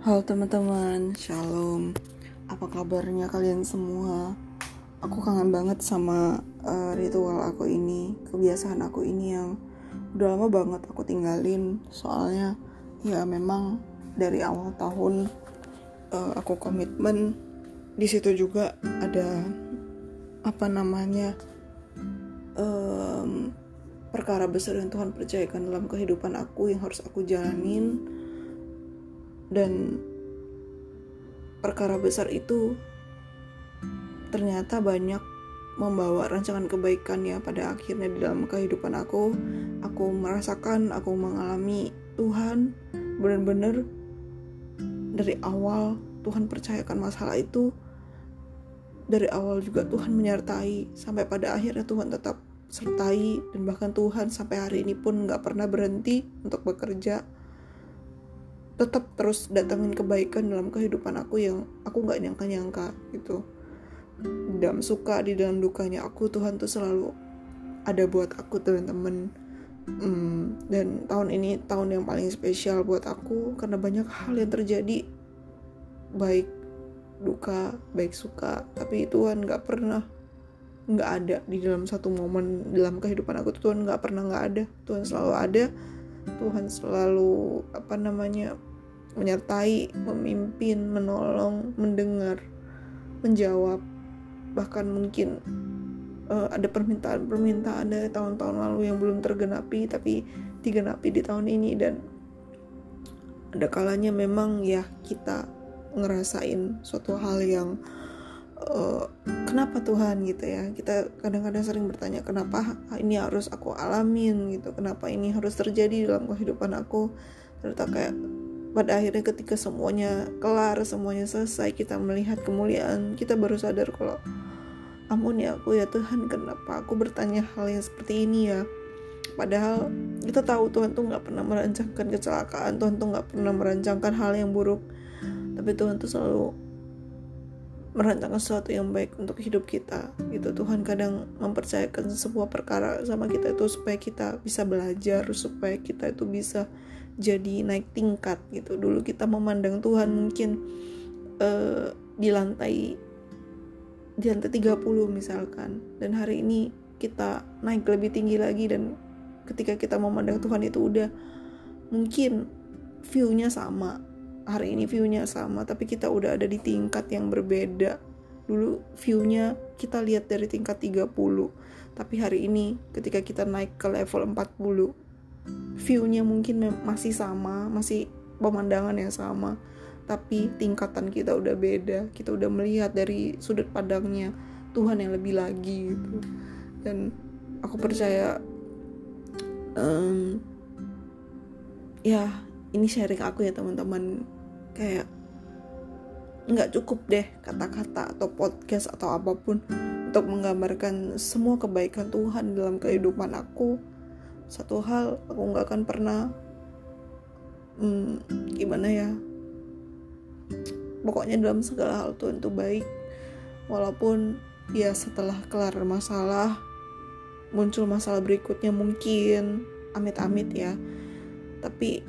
Halo teman-teman, shalom. Apa kabarnya kalian semua? Aku kangen banget sama ritual aku ini, kebiasaan aku ini yang udah lama banget aku tinggalin. Soalnya ya memang dari awal tahun aku komitmen. Di situ juga ada perkara besar yang Tuhan percayakan dalam kehidupan aku yang harus aku jalanin. Dan perkara besar itu ternyata banyak membawa rancangan kebaikan ya pada akhirnya di dalam kehidupan aku. Aku merasakan, aku mengalami Tuhan benar-benar dari awal Tuhan percayakan masalah itu. Dari awal juga Tuhan menyertai, sampai pada akhirnya Tuhan tetap sertai. Dan bahkan Tuhan sampai hari ini pun gak pernah berhenti untuk bekerja, tetap terus datangin kebaikan dalam kehidupan aku yang aku gak nyangka-nyangka gitu. Di dalam suka, di dalam dukanya aku, Tuhan tuh selalu ada buat aku, teman-teman. Dan tahun ini tahun yang paling spesial buat aku karena banyak hal yang terjadi, baik duka, baik suka. Tapi Tuhan gak ada di dalam satu momen dalam kehidupan aku. Tuhan gak pernah gak ada. Tuhan selalu ada. Tuhan selalu menyertai, memimpin, menolong, mendengar, menjawab. Bahkan mungkin ada permintaan dari tahun-tahun lalu yang belum tergenapi tapi digenapi di tahun ini. Dan ada kalanya memang ya kita ngerasain suatu hal yang kenapa Tuhan gitu ya. Kita kadang-kadang sering bertanya, kenapa ini harus aku alamin gitu, kenapa ini harus terjadi dalam kehidupan aku. Ternyata kayak pada akhirnya ketika semuanya kelar, semuanya selesai, kita melihat kemuliaan, kita baru sadar kalau ampun ya aku ya Tuhan, kenapa aku bertanya hal yang seperti ini ya. Padahal kita tahu Tuhan tuh gak pernah merancangkan kecelakaan, Tuhan tuh gak pernah merancangkan hal yang buruk, tapi Tuhan tuh selalu merancangkan sesuatu yang baik untuk hidup kita gitu. Tuhan kadang mempercayakan sebuah perkara sama kita itu supaya kita bisa belajar, supaya kita itu bisa jadi naik tingkat gitu. Dulu kita memandang Tuhan mungkin di lantai 30 misalkan, dan hari ini kita naik lebih tinggi lagi. Dan ketika kita memandang Tuhan itu udah mungkin view-nya sama, hari ini view-nya sama, tapi kita udah ada di tingkat yang berbeda. Dulu view-nya kita lihat dari tingkat 30, tapi hari ini ketika kita naik ke level 40, view-nya mungkin masih sama, masih pemandangan yang sama, tapi tingkatan kita udah beda. Kita udah melihat dari sudut pandangnya Tuhan yang lebih lagi gitu. Dan aku percaya ya ini sharing aku ya teman-teman, kayak nggak cukup deh kata-kata atau podcast atau apapun untuk menggambarkan semua kebaikan Tuhan dalam kehidupan aku. Satu hal aku nggak akan pernah pokoknya dalam segala hal Tuhan tuh baik. Walaupun ya setelah kelar masalah muncul masalah berikutnya, mungkin amit-amit ya, tapi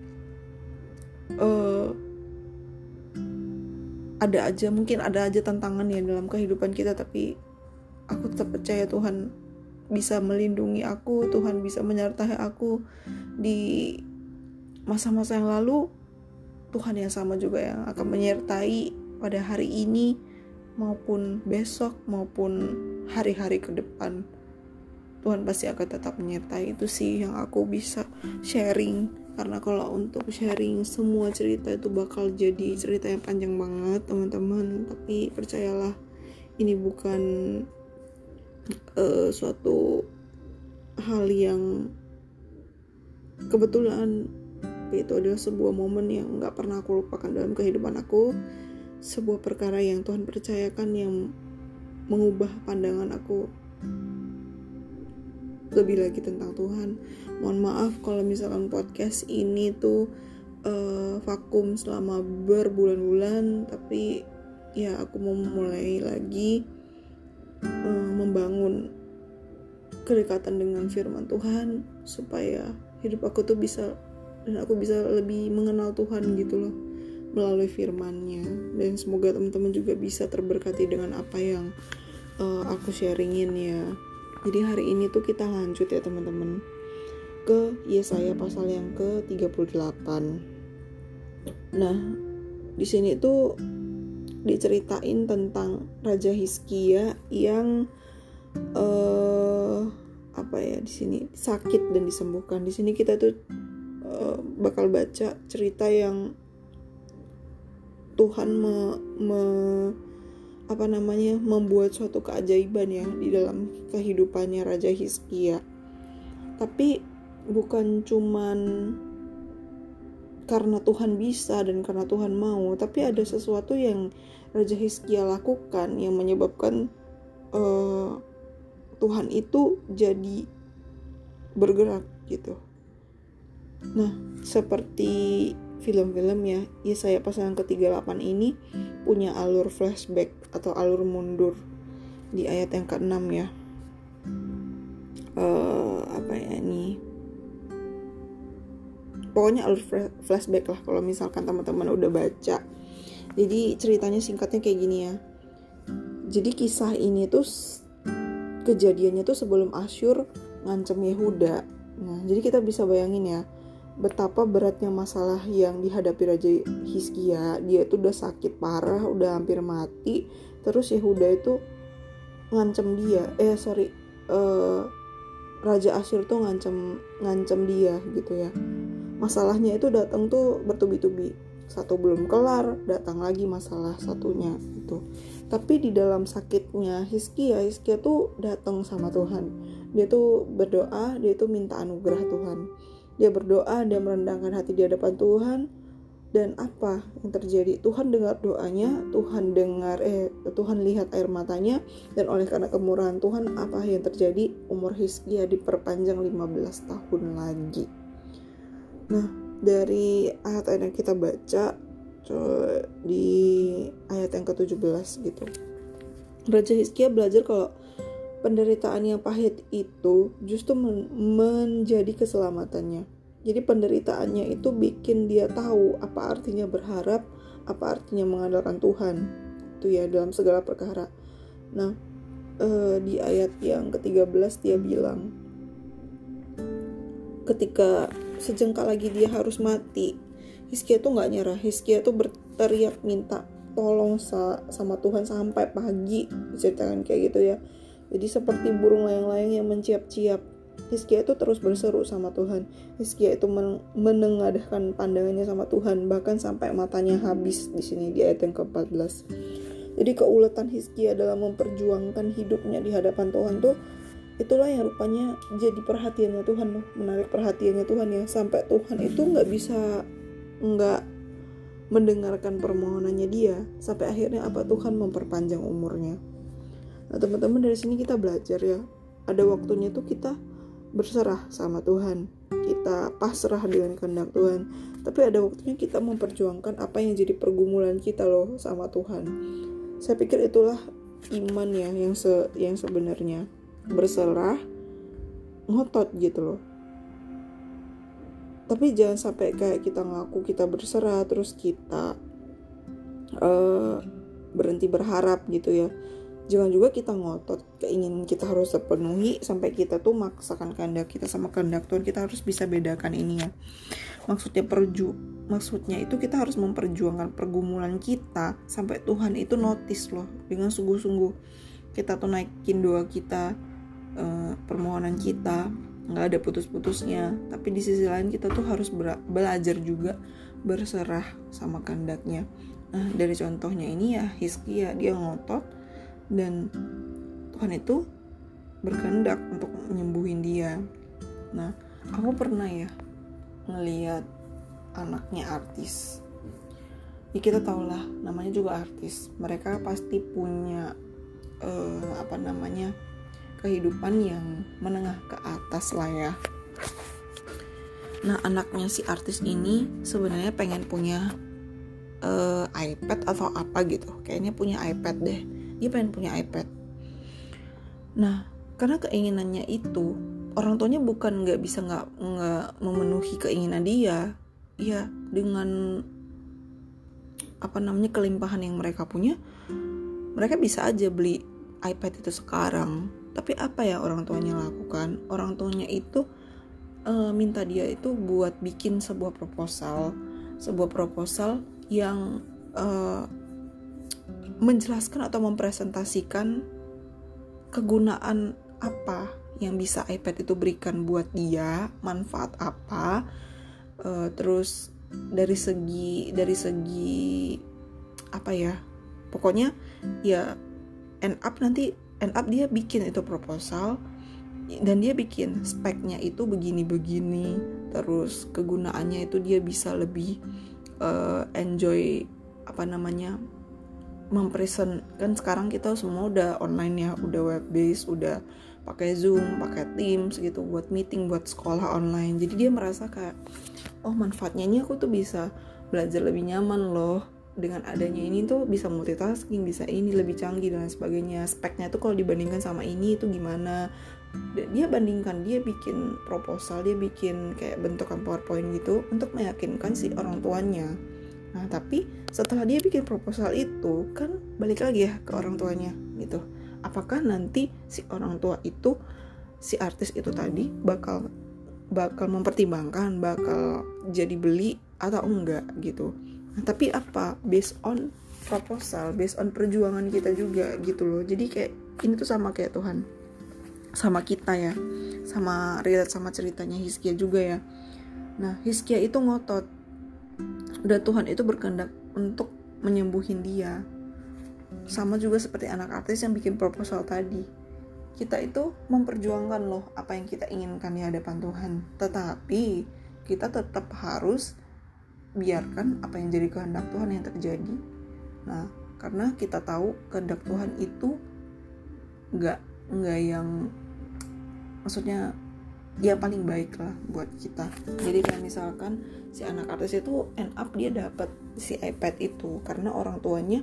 mungkin ada aja tantangan ya dalam kehidupan kita. Tapi aku tetap percaya Tuhan bisa melindungi aku, Tuhan bisa menyertai aku di masa-masa yang lalu. Tuhan yang sama juga yang akan menyertai pada hari ini maupun besok maupun hari-hari ke depan. Tuhan pasti akan tetap menyertai. Itu sih yang aku bisa sharing. Karena kalau untuk sharing semua cerita itu bakal jadi cerita yang panjang banget teman-teman. Tapi percayalah, ini bukan suatu hal yang kebetulan. Itu adalah sebuah momen yang gak pernah aku lupakan dalam kehidupan aku. Sebuah perkara yang Tuhan percayakan yang mengubah pandangan aku lebih lagi tentang Tuhan. Mohon maaf kalau misalkan podcast ini tuh vakum selama berbulan-bulan. Tapi ya aku mau mulai lagi membangun kedekatan dengan firman Tuhan supaya hidup aku tuh bisa, dan aku bisa lebih mengenal Tuhan gitu loh. melalui firman-Nya. Dan semoga teman-teman juga bisa terberkati dengan apa yang aku sharingin ya. Jadi hari ini tuh kita lanjut ya teman-teman ke Yesaya pasal yang ke-38. Nah, di sini tuh diceritain tentang Raja Hizkia yang di sini sakit dan disembuhkan. Di sini kita tuh bakal baca cerita yang Tuhan membuat suatu keajaiban ya di dalam kehidupannya Raja Hizkia. Tapi bukan cuman karena Tuhan bisa dan karena Tuhan mau, tapi ada sesuatu yang Raja Hizkia lakukan yang menyebabkan Tuhan itu jadi bergerak gitu. Nah, seperti film-film ya, Yesaya pasal yang ke-38 ini punya alur flashback atau alur mundur di ayat yang ke-6 ya. Pokoknya alur flashback lah kalau misalkan teman-teman udah baca. Jadi ceritanya singkatnya kayak gini ya. Jadi kisah ini tuh kejadiannya tuh sebelum Asyur ngancem Yehuda. Nah, jadi kita bisa bayangin ya betapa beratnya masalah yang dihadapi Raja Hizkia. Dia tuh udah sakit parah, udah hampir mati. Terus Yehuda itu ngancem dia. Raja Asyur tuh ngancem dia gitu ya. Masalahnya itu datang tuh bertubi-tubi. Satu belum kelar, datang lagi masalah satunya gitu. Tapi di dalam sakitnya Hizkia tuh datang sama Tuhan. Dia tuh berdoa, dia tuh minta anugerah Tuhan. Dia berdoa, dia merendahkan hati di hadapan Tuhan. Dan apa yang terjadi? Tuhan dengar doanya, Tuhan lihat air matanya, dan oleh karena kemurahan Tuhan, apa yang terjadi? Umur Hizkia diperpanjang 15 tahun lagi. Nah, dari ayat-ayat yang kita baca di ayat yang ke-17 gitu. Raja Hizkia belajar kalau penderitaan yang pahit itu justru menjadi keselamatannya. Jadi penderitaannya itu bikin dia tahu apa artinya berharap, apa artinya mengandalkan Tuhan. Itu ya dalam segala perkara. Nah, di ayat yang ke-13 dia bilang, ketika sejengkal lagi dia harus mati, Hizkia tuh gak nyerah. Hizkia tuh berteriak minta tolong sama Tuhan sampai pagi, diceritakan kayak gitu ya. Jadi seperti burung layang-layang yang menciap-ciap, Hizkia itu terus berseru sama Tuhan. Hizkia itu menengadahkan pandangannya sama Tuhan, bahkan sampai matanya habis di sini di ayat yang ke-14. Jadi keuletan Hizkia dalam memperjuangkan hidupnya di hadapan Tuhan tuh, itulah yang rupanya jadi perhatiannya Tuhan loh, menarik perhatiannya Tuhan ya, sampai Tuhan itu nggak mendengarkan permohonannya dia, sampai akhirnya Tuhan memperpanjang umurnya. Nah teman-teman, dari sini kita belajar ya, ada waktunya tuh kita berserah sama Tuhan, kita pasrah dengan kehendak Tuhan, tapi ada waktunya kita memperjuangkan apa yang jadi pergumulan kita loh sama Tuhan. Saya pikir itulah iman ya yang sebenarnya, berserah, ngotot gitu loh. Tapi jangan sampai kayak kita ngaku kita berserah terus kita berhenti berharap gitu ya. Jangan juga kita ngotot, keinginan kita harus terpenuhi sampai kita tuh maksakan kehendak kita sama kehendak Tuhan. Kita harus bisa bedakan ini ya. Maksudnya itu kita harus memperjuangkan pergumulan kita sampai Tuhan itu notice loh, dengan sungguh-sungguh. Kita tuh naikin doa kita, permohonan kita, nggak ada putus-putusnya. Tapi di sisi lain kita tuh harus belajar juga berserah sama kehendaknya. Nah dari contohnya ini ya Hizkia, dia ngotot dan Tuhan itu berkehendak untuk menyembuhin dia. Nah aku pernah ya ngelihat anaknya artis. Ya kita tahulah namanya juga artis. Mereka pasti punya kehidupan yang menengah ke atas lah ya. Nah anaknya si artis ini sebenarnya pengen punya iPad atau apa gitu. Kayaknya punya iPad deh. Dia pengen punya iPad. Nah karena keinginannya itu, orang tuanya bukan nggak bisa nggak memenuhi keinginan dia. Ya dengan kelimpahan yang mereka punya, mereka bisa aja beli iPad itu sekarang. Tapi apa ya orang tuanya lakukan? Orang tuanya itu minta dia itu buat bikin sebuah proposal yang menjelaskan atau mempresentasikan kegunaan apa yang bisa iPad itu berikan buat dia, manfaat apa, terus dari segi apa ya, pokoknya ya end up dia bikin itu proposal dan dia bikin speknya itu begini, terus kegunaannya itu dia bisa lebih enjoy mempresent. Kan sekarang kita semua udah online ya, udah web based, udah pakai Zoom, pakai Teams gitu buat meeting, buat sekolah online. Jadi dia merasa kayak, oh manfaatnya ini aku tuh bisa belajar lebih nyaman loh, dengan adanya ini tuh bisa multitasking, bisa ini lebih canggih dan sebagainya. Speknya tuh kalau dibandingkan sama ini itu gimana? Dia bandingkan, dia bikin proposal, dia bikin kayak bentukan PowerPoint gitu untuk meyakinkan si orang tuanya. Nah tapi setelah dia bikin proposal itu kan balik lagi ya ke orang tuanya gitu. Apakah nanti si orang tua itu, si artis itu tadi bakal mempertimbangkan, bakal jadi beli atau enggak gitu. Nah, tapi apa? Based on proposal, based on perjuangan kita juga gitu loh. Jadi kayak ini tuh sama kayak Tuhan sama kita ya, sama relate sama ceritanya Hizkia juga ya. Nah Hizkia itu ngotot, udah Tuhan itu berkehendak untuk menyembuhin dia. Sama juga seperti anak artis yang bikin proposal tadi, kita itu memperjuangkan loh apa yang kita inginkan di hadapan Tuhan, tetapi kita tetap harus biarkan apa yang jadi kehendak Tuhan yang terjadi. Nah karena kita tahu kehendak Tuhan itu nggak yang maksudnya yang paling baik lah buat kita. Jadi kayak misalkan si anak artis itu end up dia dapat si iPad itu karena orang tuanya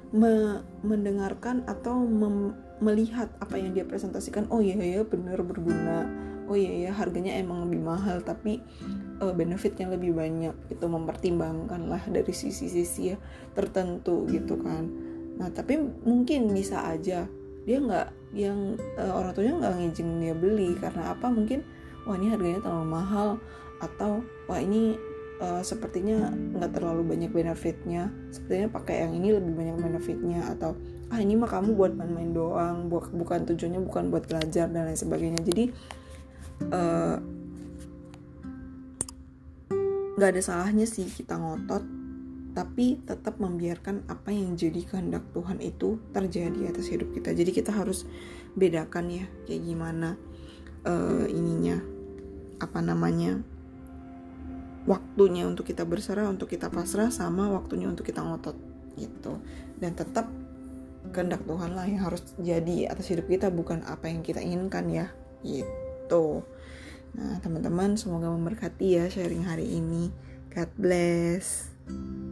mendengarkan atau melihat apa yang dia presentasikan. Oh iya ya benar berguna, oh iya ya harganya emang lebih mahal tapi benefitnya lebih banyak, itu mempertimbangkan lah dari sisi-sisi ya tertentu gitu kan. Nah tapi mungkin bisa aja dia nggak, yang orang tuanya nggak ngizinin dia beli karena apa, mungkin wah ini harganya terlalu mahal, atau wah ini sepertinya nggak terlalu banyak benefitnya, sepertinya pakai yang ini lebih banyak benefitnya, atau ini mah kamu buat main-main doang, bukan tujuannya bukan buat belajar dan lain sebagainya. Jadi nggak ada salahnya sih kita ngotot, tapi tetap membiarkan apa yang jadi kehendak Tuhan itu terjadi atas hidup kita. Jadi kita harus bedakan ya kayak gimana waktunya untuk kita berserah, untuk kita pasrah, sama waktunya untuk kita ngotot gitu. Dan tetap kehendak Tuhan lah yang harus jadi atas hidup kita, bukan apa yang kita inginkan ya gitu. Nah teman-teman, semoga memberkati ya sharing hari ini. God bless.